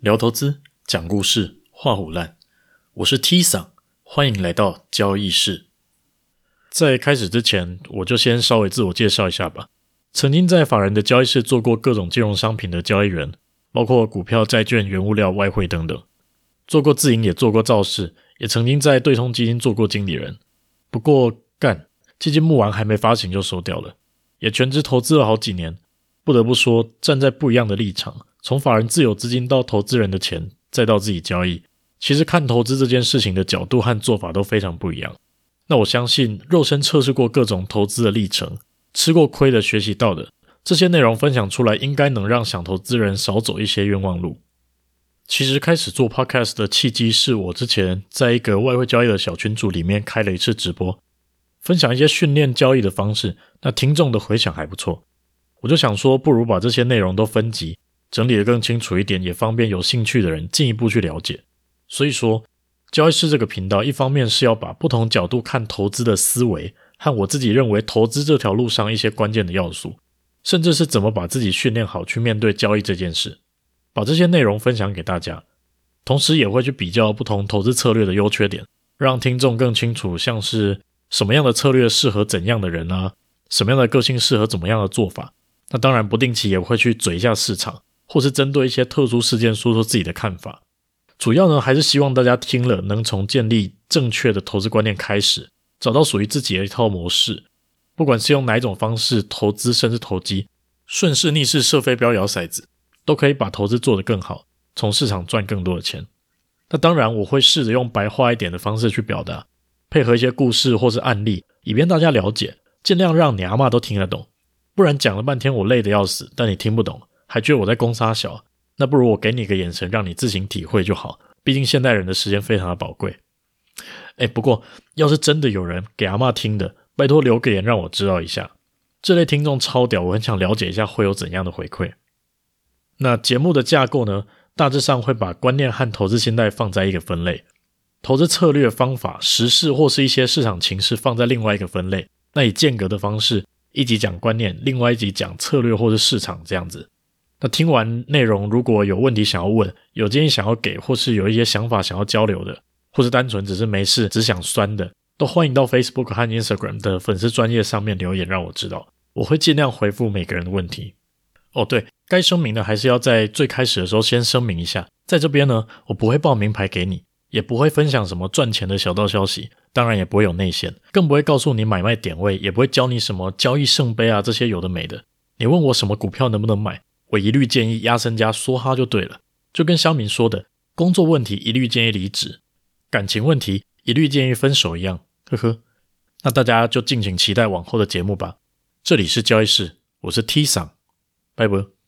聊投资，讲故事，画虎烂。我是 T 桑，欢迎来到交易室。在开始之前，我就先稍微自我介绍一下吧。曾经在法人的交易室做过各种金融商品的交易员，包括股票、债券、原物料、外汇等等。做过自营，也做过造市，也曾经在对冲基金做过经理人。不过基金募完还没发行就收掉了，也全职投资了好几年。不得不说，站在不一样的立场，从法人自有资金到投资人的钱，再到自己交易，其实看投资这件事情的角度和做法都非常不一样。那我相信肉身测试过各种投资的历程，吃过亏的学习到的，这些内容分享出来，应该能让想投资人少走一些冤枉路。其实开始做 podcast 的契机是我之前在一个外汇交易的小群组里面开了一次直播，分享一些训练交易的方式，那听众的回响还不错。我就想说，不如把这些内容都分级，整理得更清楚一点，也方便有兴趣的人进一步去了解。所以说，交易室这个频道一方面是要把不同角度看投资的思维，和我自己认为投资这条路上一些关键的要素，甚至是怎么把自己训练好去面对交易这件事，把这些内容分享给大家。同时也会去比较不同投资策略的优缺点，让听众更清楚像是什么样的策略适合怎样的人啊，什么样的个性适合怎么样的做法。那当然不定期也会去嘴一下市场，或是针对一些特殊事件说说自己的看法。主要呢还是希望大家听了能从建立正确的投资观念开始，找到属于自己的一套模式。不管是用哪一种方式投资甚至投机，顺势逆势射飞镖摇骰子，都可以把投资做得更好，从市场赚更多的钱。那当然我会试着用白话一点的方式去表达，配合一些故事或是案例，以便大家了解，尽量让你阿嬷都听得懂。不然讲了半天我累得要死，但你听不懂，还觉得我在攻杀小，那不如我给你个眼神让你自行体会就好，毕竟现代人的时间非常的宝贵。不过要是真的有人给阿嬷听的，拜托留个言让我知道一下，这类听众超屌，我很想了解一下会有怎样的回馈。那节目的架构呢，大致上会把观念和投资心态放在一个分类，投资策略、方法、时事或是一些市场情势放在另外一个分类，那以间隔的方式，一集讲观念，另外一集讲策略或是市场这样子。那听完内容，如果有问题想要问，有建议想要给，或是有一些想法想要交流的，或是单纯只是没事只想酸的，都欢迎到 Facebook 和 Instagram 的粉丝专页上面留言让我知道，我会尽量回复每个人的问题。对，该声明的还是要在最开始的时候先声明一下，在这边呢，我不会报名牌给你，也不会分享什么赚钱的小道消息，当然也不会有内线，更不会告诉你买卖点位，也不会教你什么交易圣杯啊这些有的没的。你问我什么股票能不能买，我一律建议压身家梭哈就对了。就跟乡民说的，工作问题一律建议离职，感情问题一律建议分手一样，呵呵。那大家就敬请期待往后的节目吧。这里是交易室，我是 T 桑，拜拜。